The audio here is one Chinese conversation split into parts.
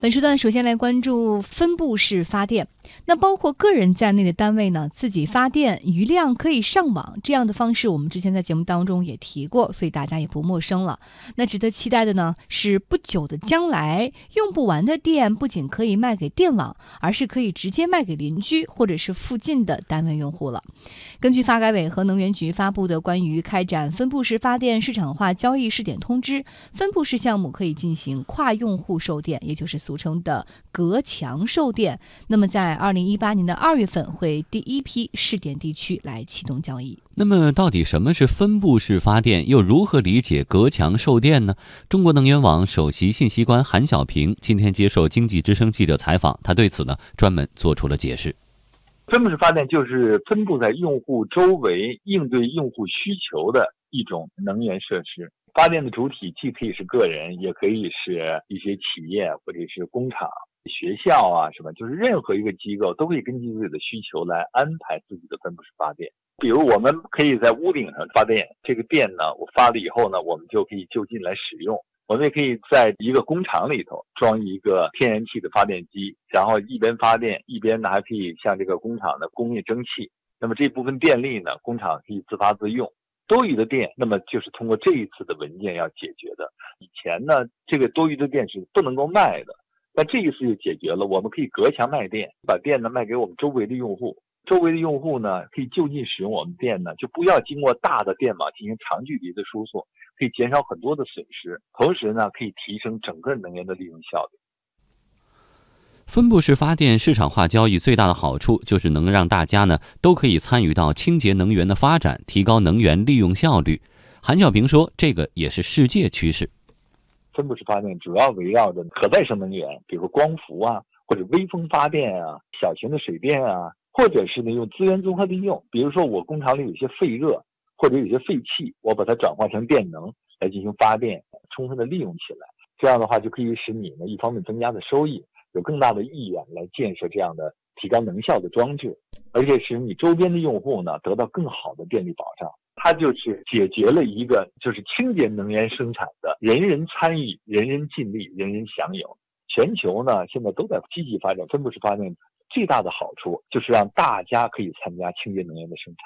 本时段首先来关注分布式发电。那包括个人在内的单位呢，自己发电，余量可以上网，这样的方式我们之前在节目当中也提过，所以大家也不陌生了。那值得期待的呢，是不久的将来，用不完的电不仅可以卖给电网，而是可以直接卖给邻居或者是附近的单位用户了。根据发改委和能源局发布的关于开展分布式发电市场化交易试点通知，分布式项目可以进行跨用户售电，也就是俗称的隔墙售电。那么在2018年的2月份会第一批试点地区来启动交易。 那么到底什么是分布式发电，又如何理解隔墙售电呢？中国能源网首席信息官韩小平今天接受经济之声记者采访，他对此呢专门做出了解释。 分布式发电就是分布在用户周围，应对用户需求的一种能源设施。发电的主体既可以是个人，也可以是一些企业或者是工厂、学校啊什么，就是任何一个机构都可以根据自己的需求来安排自己的分布式发电。比如我们可以在屋顶上发电，这个电呢，我发了以后呢，我们就可以就近来使用。我们也可以在一个工厂里头装一个天然气的发电机，然后一边发电一边呢还可以向这个工厂的供应蒸汽。那么这部分电力呢，工厂可以自发自用。多余的电，那么就是通过这一次的文件要解决的。以前呢，这个多余的电是不能够卖的，那这一次就解决了，我们可以隔墙卖电，把电呢卖给我们周围的用户。周围的用户呢，可以就近使用我们电呢，就不要经过大的电网进行长距离的输送，可以减少很多的损失，同时呢，可以提升整个能源的利用效率。 分布式发电市场化交易最大的好处就是能让大家呢都可以参与到清洁能源的发展，提高能源利用效率。韩小平说，这个也是世界趋势。 分布式发电主要围绕着可再生能源，比如光伏啊，或者微风发电啊，小型的水电啊，或者是呢用资源综合利用，比如说我工厂里有些废热或者有些废气，我把它转化成电能来进行发电，充分的利用起来。这样的话就可以使你呢一方面增加的收益，有更大的意愿来建设这样的提高能效的装置，而且使你周边的用户呢得到更好的电力保障。它就是解决了一个就是清洁能源生产的人人参与、人人尽力、人人享有。全球呢现在都在积极发展分布式发电，最大的好处就是让大家可以参加清洁能源的生产。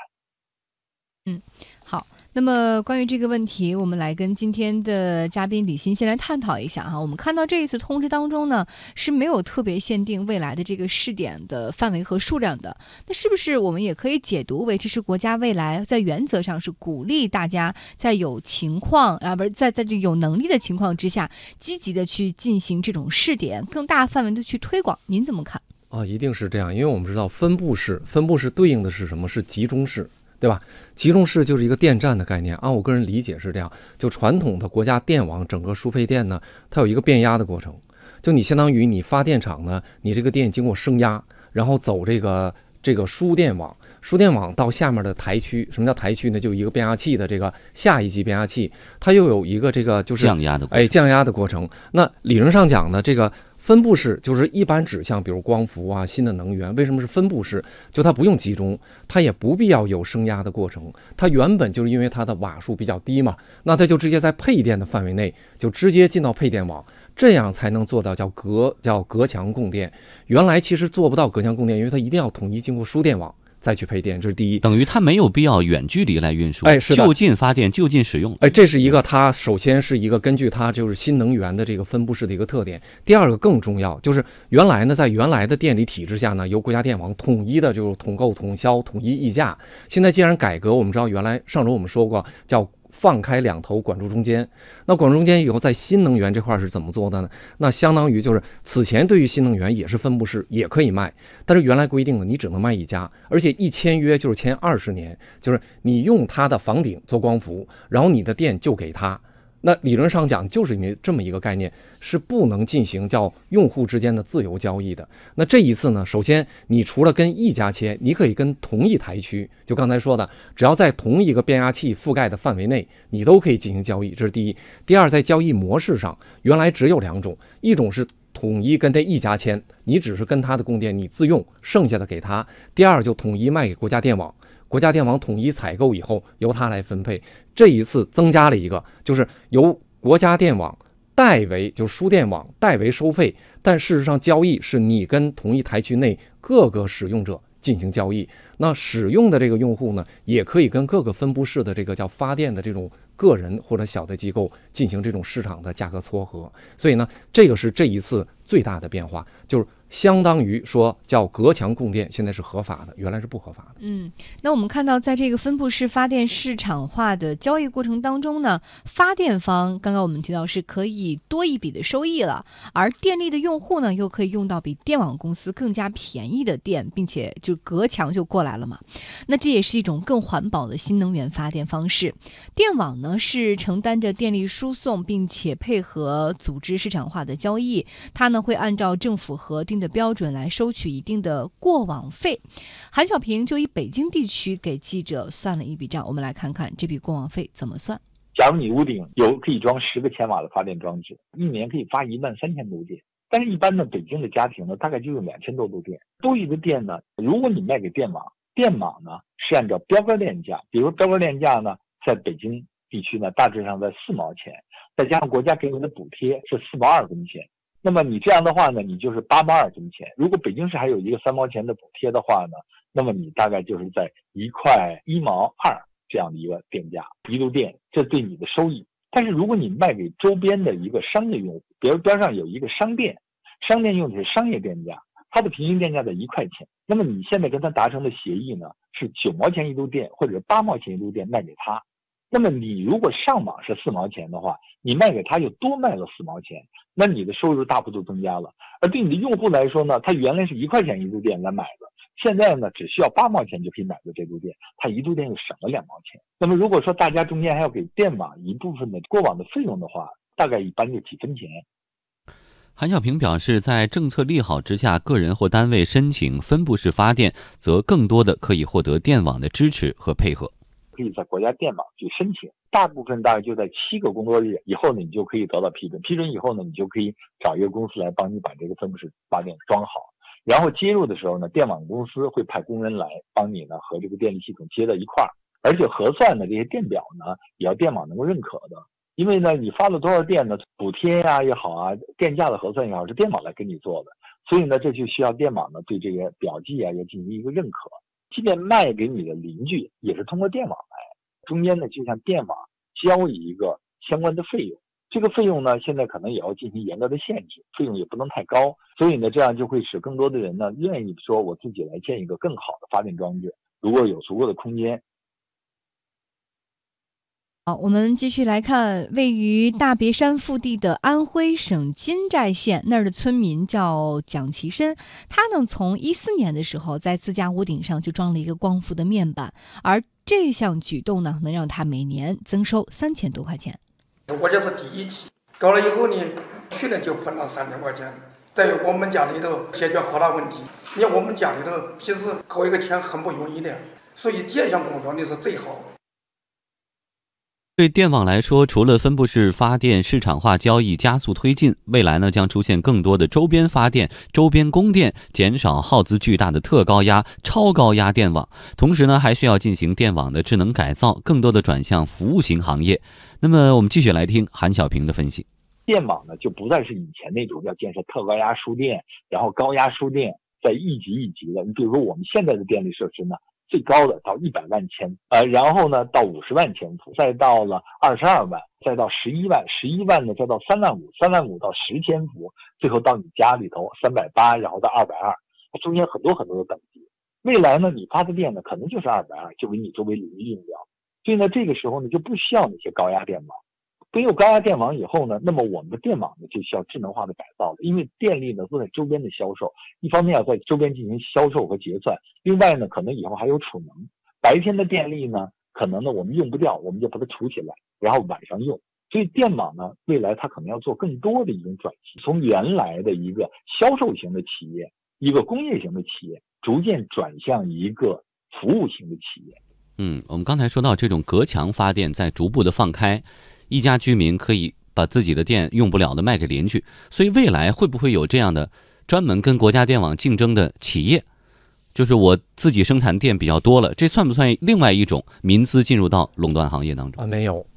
好，那么关于这个问题，我们来跟今天的嘉宾李欣先来探讨一下哈。我们看到这一次通知当中呢，是没有特别限定未来的这个试点的范围和数量的。那是不是我们也可以解读为，这是国家未来在原则上是鼓励大家在有情况不是在这有能力的情况之下，积极的去进行这种试点，更大范围的去推广？您怎么看？ 一定是这样，因为我们知道分布式对应的是什么？是集中式。对吧？集中式就是一个电站的概念，按我个人理解是这样。就传统的国家电网整个输配电呢，它有一个变压的过程。就你相当于你发电厂呢，你这个电经过升压，然后走这个输电网，输电网到下面的台区。什么叫台区呢？就一个变压器的这个下一级变压器，它又有一个这个就是降压的过程。那理论上讲呢，这个分布式就是一般指向，比如光伏啊、新的能源。为什么是分布式？就它不用集中，它也不必要有升压的过程。它原本就是因为它的瓦数比较低嘛，那它就直接在配电的范围内就直接进到配电网，这样才能做到叫隔墙供电。原来其实做不到隔墙供电，因为它一定要统一经过输电网再去配电，这是第一。 等于它没有必要远距离来运输， 是的， 就近发电就近使用。 这是一个它首先是一个根据它就是新能源的这个分布式的一个特点。第二个更重要，就是原来呢在原来的电力体制下呢，由国家电网统一的就是统购、统销、统一议价。现在既然改革，我们知道原来上周我们说过叫放开两头，管住中间。那管住中间以后，在新能源这块是怎么做的呢？那相当于就是此前对于新能源也是分布式，也可以卖，但是原来规定了你只能卖一家，而且一签约就是签20年，就是你用它的房顶做光伏，然后你的电就给他。那理论上讲，就是因为这么一个概念，是不能进行叫用户之间的自由交易的。那这一次呢，首先你除了跟一家签，你可以跟同一台区，就刚才说的，只要在同一个变压器覆盖的范围内，你都可以进行交易，这是第一。第二，在交易模式上，原来只有2种，一种是统一跟这一家签，你只是跟他的供电你自用，剩下的给他。第二，就统一卖给国家电网，国家电网统一采购以后由他来分配。这一次增加了一个，就是由国家电网代为就是输电网代为收费，但事实上交易是你跟同一台区内各个使用者进行交易。那使用的这个用户呢，也可以跟各个分布式的这个叫发电的这种个人或者小的机构进行这种市场的价格撮合。所以呢，这个是这一次最大的变化，就是相当于说叫隔墙供电，现在是合法的，原来是不合法的。 那我们看到，在这个分布式发电市场化的交易过程当中呢，发电方刚刚我们提到是可以多一笔的收益了，而电力的用户呢，又可以用到比电网公司更加便宜的电，并且就隔墙就过来了嘛。那这也是一种更环保的新能源发电方式。电网呢是承担着电力输送，并且配合组织市场化的交易，它呢会按照政府核定的标准来收取一定的过网费。韩小平就以北京地区给记者算了一笔账，我们来看看这笔过网费怎么算。 假如你屋顶可以装10个千瓦的发电装置，一年可以发13000度电。但是一般的北京的家庭呢，大概就用2000多度电。多余的电呢，如果你卖给电网，电网呢是按照标杆电价，比如标杆电价呢，在北京地区呢大致上在4毛钱，再加上国家给你的补贴是4毛2分钱。那么你这样的话呢，你就是8毛2分钱。如果北京市还有一个3毛钱的补贴的话呢，那么你大概就是在1.1毛2这样的一个电价一度电，这对你的收益。但是如果你卖给周边的一个商业用户，比如边上有一个商店用的是商业电价，它的平均电价在1块钱，那么你现在跟他达成的协议呢，是9毛钱一度电或者8毛钱一度电卖给他。那么你如果上网是4毛钱的话，你卖给他就多卖了4毛钱，那你的收入大幅度增加了。而对你的用户来说呢，他原来是1块钱一度电来买的，现在呢只需要8毛钱就可以买到这度电，他一度电就省了2毛钱。那么如果说大家中间还要给电网一部分的过网的费用的话，大概一般就几分钱。 韩小平表示，在政策利好之下，个人或单位申请分布式发电，则更多的可以获得电网的支持和配合。 可以在国家电网去申请，大部分大概就在7个工作日以后呢，你就可以得到批准。批准以后呢，你就可以找一个公司来帮你把这个分布式发电装好。然后接入的时候呢，电网公司会派工人来帮你呢和这个电力系统接在一块儿，而且核算的这些电表呢，也要电网能够认可的。因为呢，你发了多少电呢，补贴呀也好啊，电价的核算也好，是电网来给你做的。所以呢，这就需要电网呢对这个表记啊要进行一个认可。即便卖给你的邻居，也是通过电网来，中间呢就向电网交一个相关的费用。这个费用呢，现在可能也要进行严格的限制，费用也不能太高。所以呢，这样就会使更多的人呢愿意说我自己来建一个更好的发电装置，如果有足够的空间。 好，我们继续来看位于大别山腹地的安徽省金寨县，那儿的村民叫蒋其申，他呢从14年的时候在自家屋顶上就装了一个光伏的面板，而这项举动呢能让他每年增收3000多块钱。 我这是第1期，搞了以后呢，去年就分了3000块钱，在我们家里头解决好大问题。你看我们家里头其实搞一个钱很不容易的，所以这项工作呢是最好。 对电网来说，除了分布式发电市场化交易加速推进，未来呢将出现更多的周边发电、周边供电，减少耗资巨大的特高压、超高压电网。同时呢，还需要进行电网的智能改造，更多的转向服务型行业。那么我们继续来听韩小平的分析。 电网呢就不再是以前那种要建设特高压输电，然后高压输电，在一级一级的。你比如说我们现在的电力设施呢，最高的到100万千伏，然后呢到50万千伏，再到了22万，再到11万，11万呢再到3万5，3万5到10千伏，最后到你家里头380，然后到220，中间很多很多的等级。未来呢，你发的电呢可能就是220，就给你周围邻居用掉。所以呢，这个时候呢就不需要那些高压电网。没有高压电网以后呢，那么我们的电网呢就需要智能化的改造了，因为电力呢都在周边的销售，一方面要在周边进行销售和结算，另外呢可能以后还有储能，白天的电力呢可能呢我们用不掉，我们就把它储起来，然后晚上用。所以电网呢未来它可能要做更多的一种转型，从原来的一个销售型的企业，一个工业型的企业，逐渐转向一个服务型的企业。 我们刚才说到这种隔墙发电在逐步的放开，一家居民可以把自己的电用不了的卖给邻居，所以未来会不会有这样的专门跟国家电网竞争的企业，就是我自己生产电比较多了，这算不算另外一种民资进入到垄断行业当中？ 没有，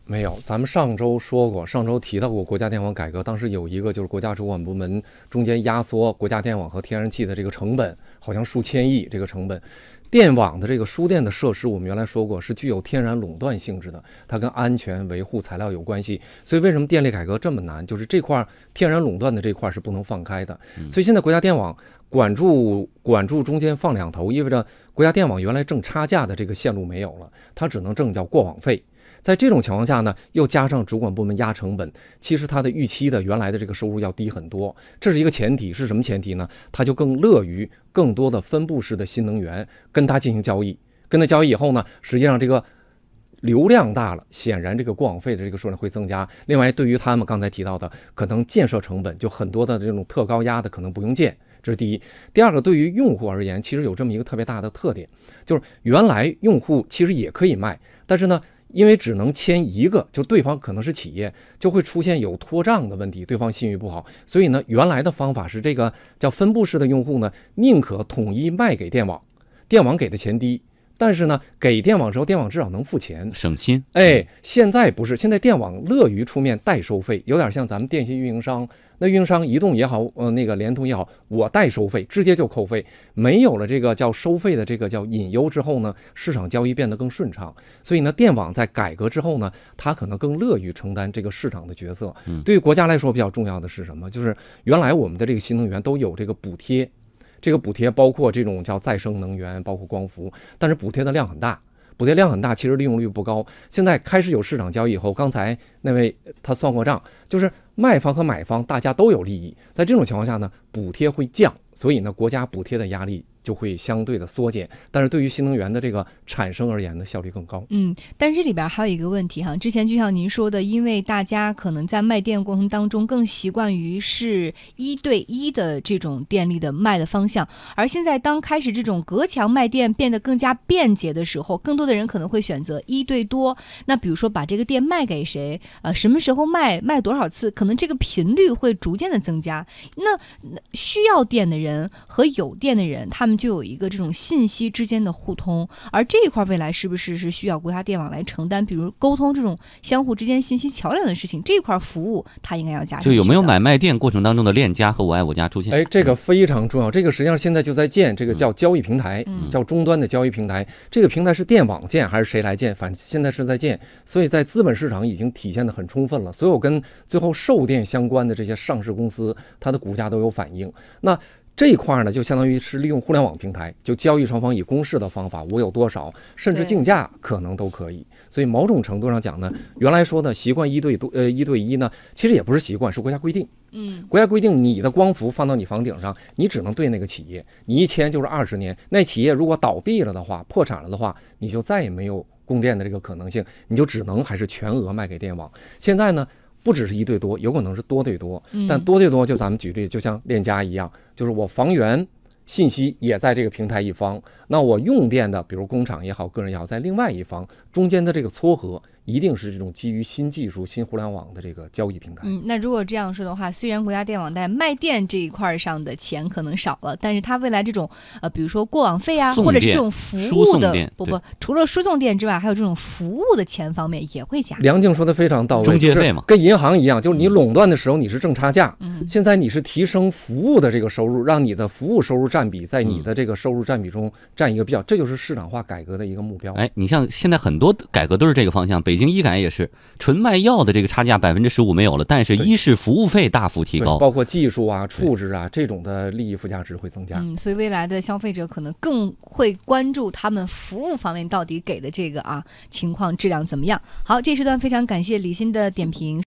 没有，咱们上周说过，上周提到过国家电网改革，当时有一个就是国家主管部门中间压缩国家电网和天然气的这个成本，好像数千亿这个成本。电网的这个输电的设施，我们原来说过是具有天然垄断性质的，它跟安全维护材料有关系。所以为什么电力改革这么难？就是这块天然垄断的这块是不能放开的。所以现在国家电网管住中间放两头，意味着国家电网原来挣差价的这个线路没有了，它只能挣叫过网费。在这种情况下呢，又加上主管部门压成本，其实它的预期的原来的这个收入要低很多。这是一个前提，是什么前提呢？它就更乐于更多的分布式的新能源跟它进行交易。跟它交易以后呢，实际上这个流量大了，显然这个过网费的这个数量会增加。另外，对于他们刚才提到的，可能建设成本就很多的这种特高压的可能不用建。这是第一。第二个，对于用户而言，其实有这么一个特别大的特点，就是原来用户其实也可以卖，但是呢，因为只能签一个，就对方可能是企业，就会出现有拖账的问题，对方信誉不好。所以呢，原来的方法是这个叫分布式的用户呢，宁可统一卖给电网，电网给的钱低，但是呢，给电网之后，电网至少能付钱， 省心。 现在不是，现在电网乐于出面代收费，有点像咱们电信运营商。那运营商移动也好，那个联通也好，我代收费，直接就扣费，没有了这个叫收费的这个叫隐忧之后呢，市场交易变得更顺畅。所以呢，电网在改革之后呢，它可能更乐于承担这个市场的角色。对于国家来说比较重要的是什么？就是原来我们的这个新能源都有这个补贴，这个补贴包括这种叫再生能源，包括光伏，但是补贴的量很大。补贴量很大，其实利用率不高。现在开始有市场交易以后，刚才那位他算过账，就是卖方和买方大家都有利益，在这种情况下呢，补贴会降，所以呢，国家补贴的压力就会相对的缩减，但是对于新能源的这个产生而言呢，效率更高。 但是这里边还有一个问题哈，之前就像您说的，因为大家可能在卖电过程当中更习惯于是1对1的这种电力的卖的方向，而现在当开始这种隔墙卖电变得更加便捷的时候，更多的人可能会选择1对多。那比如说把这个电卖给谁，什么时候卖多少次，可能这个频率会逐渐的增加。那需要电的人和有电的人，他们就有一个这种信息之间的互通，而这一块未来是不是需要国家电网来承担，比如沟通这种相互之间信息桥梁的事情，这一块服务它应该要加上去的。 就有没有买卖电过程当中的链家和我爱我家出现？ 这个非常重要，这个实际上现在就在建，这个叫交易平台，叫终端的交易平台。这个平台是电网建还是谁来建？反正现在是在建，所以在资本市场已经体现得很充分了。所有跟最后售电相关的这些上市公司，它的股价都有反应。那这一块呢，就相当于是利用互联网平台，就交易双方以公示的方法，我有多少，甚至竞价可能都可以。所以某种程度上讲呢，原来说的习惯1对1呢，其实也不是习惯，是国家规定。国家规定你的光伏放到你房顶上，你只能对那个企业，你一签就是20年。那企业如果倒闭了的话，破产了的话，你就再也没有供电的这个可能性，你就只能还是全额卖给电网。现在呢，不只是1对多，有可能是多对多，但多对多就咱们举例，就像链家一样，就是我房源信息也在这个平台一方，那我用电的，比如工厂也好，个人也好，在另外一方，中间的这个撮合一定是这种基于新技术、新互联网的这个交易平台。 那如果这样说的话，虽然国家电网在卖电这一块上的钱可能少了，但是它未来这种比如说过网费啊，或者是这种服务的除了输送电之外，还有这种服务的钱方面也会加。 梁静说的非常到位， 中介费嘛， 跟银行一样，就是你垄断的时候你是挣差价，现在你是提升服务的这个收入，让你的服务收入占比在你的这个收入占比中占一个比较，这就是市场化改革的一个目标。 你像现在很多改革都是这个方向，北京医改也是纯卖药的这个差价15%没有了，但是医事服务费大幅提高， 包括技术啊、处置啊这种的利益附加值会增加。 所以未来的消费者可能更会关注他们服务方面到底给的这个情况质量怎么样。好，这时段非常感谢李欣的点评。